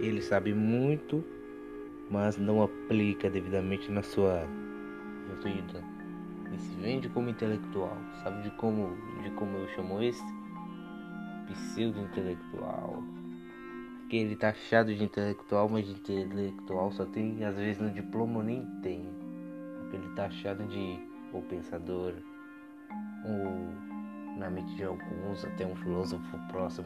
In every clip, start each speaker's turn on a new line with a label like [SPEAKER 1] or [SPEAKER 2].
[SPEAKER 1] ele sabe muito, mas não aplica devidamente na sua vida. Ele se vende como intelectual. Sabe de como eu chamo esse? Pseudo-intelectual. Porque ele tá achado de intelectual, mas de intelectual só tem, às vezes no diploma nem tem. Porque ele tá achado de ou pensador, ou na mente de alguns, até um filósofo próximo,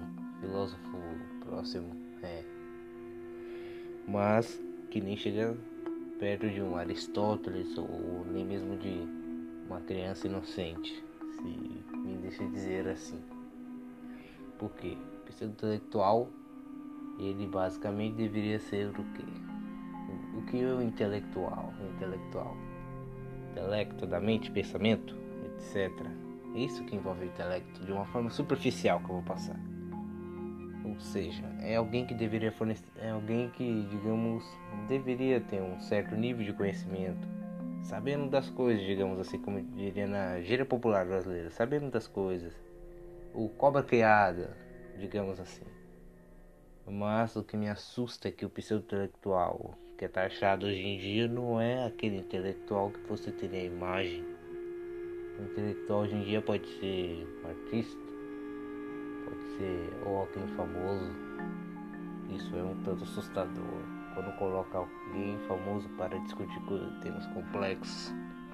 [SPEAKER 1] mas que nem chega perto de um Aristóteles ou nem mesmo de uma criança inocente, se me deixa dizer assim. Porque o pseudo-intelectual, ele basicamente deveria ser o quê? O que é o intelectual? Intelecto da mente, pensamento, etc. É isso que envolve o intelecto, de uma forma superficial que eu vou passar. Ou seja, é alguém que deveria fornecer, é alguém que, digamos, deveria ter um certo nível de conhecimento, sabendo das coisas, digamos assim, como diria na gíria popular brasileira, sabendo das coisas, o cobra criada, digamos assim. Mas o que me assusta é que o pseudo-intelectual que é taxado hoje em dia não é aquele intelectual que você teria a imagem. O intelectual hoje em dia pode ser um artista, pode ser ou alguém famoso. Isso é um tanto assustador quando coloca alguém famoso para discutir temas complexos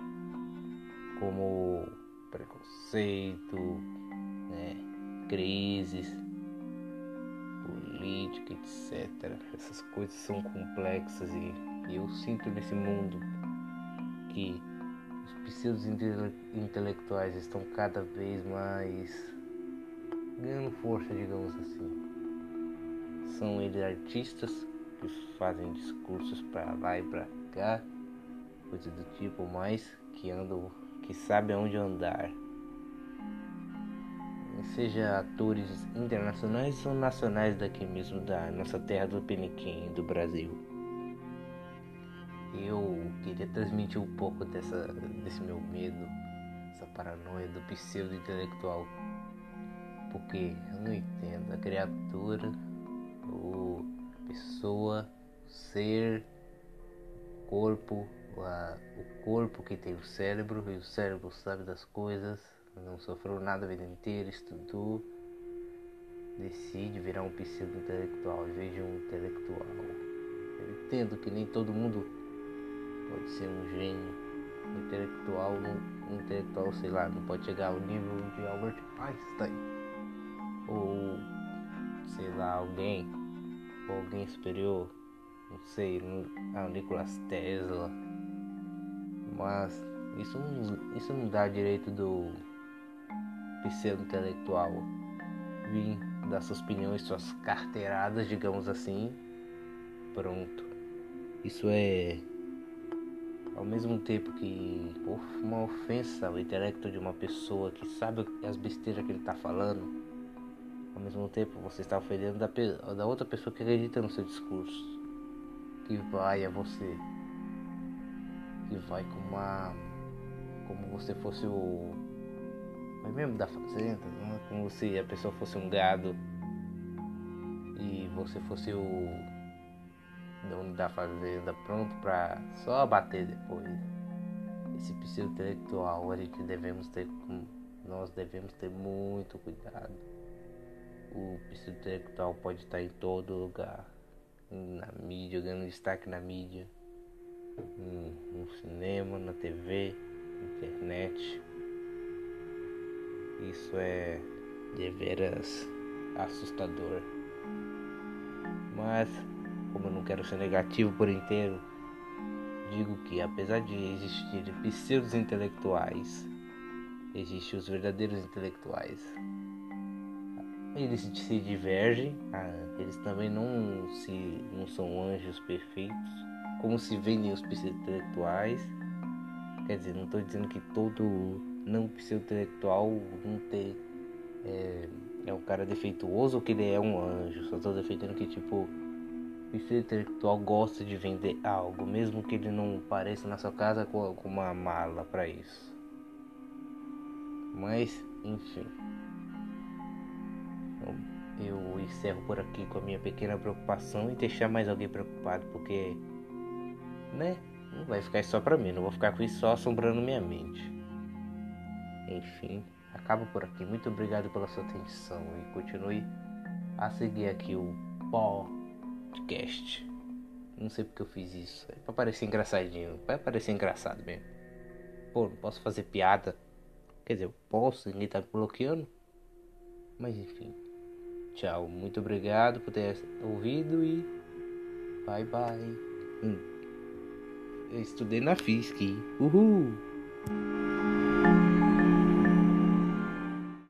[SPEAKER 1] como preconceito, né, crises, política, etc. Essas coisas são complexas e eu sinto nesse mundo que os pseudos intelectuais estão cada vez mais ganhando força, digamos assim. São eles artistas que fazem discursos para lá e para cá, coisa do tipo, mas que sabem aonde andar. Seja atores internacionais ou nacionais daqui mesmo da nossa terra do Peniquim, do Brasil. Eu queria transmitir um pouco desse meu medo, essa paranoia do pseudo-intelectual, porque eu não entendo a criatura, ou pessoa, ser, corpo, o corpo que tem o cérebro, e o cérebro sabe das coisas, não sofreu nada a vida inteira, estudou, decide virar um pseudo-intelectual em vez de um intelectual. Eu entendo que nem todo mundo pode ser um gênio. Um intelectual, sei lá, não pode chegar ao nível de Albert Einstein. Ou, sei lá, alguém superior, não sei, ao Nikola Tesla. Mas isso não dá direito do pseudo-intelectual vir dar suas opiniões, suas carteiradas, digamos assim. Pronto. Isso é ao mesmo tempo que uma ofensa ao intelecto de uma pessoa que sabe as besteiras que ele está falando, ao mesmo tempo você está ofendendo da outra pessoa que acredita no seu discurso, que vai a você, que vai como você fosse o mesmo da fazenda, não é? Como se a pessoa fosse um gado e você fosse o dono da fazenda, pronto para só abater depois. Esse pseudo intelectual nós devemos ter muito cuidado. O pseudo intelectual pode estar em todo lugar, na mídia, ganhando destaque na mídia, no cinema, na TV, na internet. Isso é deveras assustador. Mas, como eu não quero ser negativo por inteiro, digo que apesar de existirem pseudos intelectuais, existem os verdadeiros intelectuais. Eles se divergem, eles também não são anjos perfeitos, como se vendem os pseudo-intelectuais. Quer dizer, não estou dizendo que todo não pseudo-intelectual não é um cara defeituoso ou que ele é um anjo. Só estou defendendo que o pseudo-intelectual gosta de vender algo, mesmo que ele não apareça na sua casa com uma mala para isso. Mas, enfim. eu encerro por aqui com a minha pequena preocupação e deixar mais alguém preocupado, porque, né, não vai ficar só pra mim, não vou ficar com isso só assombrando minha mente. Enfim, acabo por aqui. Muito obrigado pela sua atenção e continue a seguir aqui o podcast. Não sei porque eu fiz isso. É pra parecer engraçadinho. Vai parecer engraçado mesmo. Pô, não posso fazer piada. Quer dizer, eu posso, ninguém tá me bloqueando. Mas enfim. Tchau. Muito obrigado por ter ouvido e bye bye. Eu estudei na FISC. Uhul!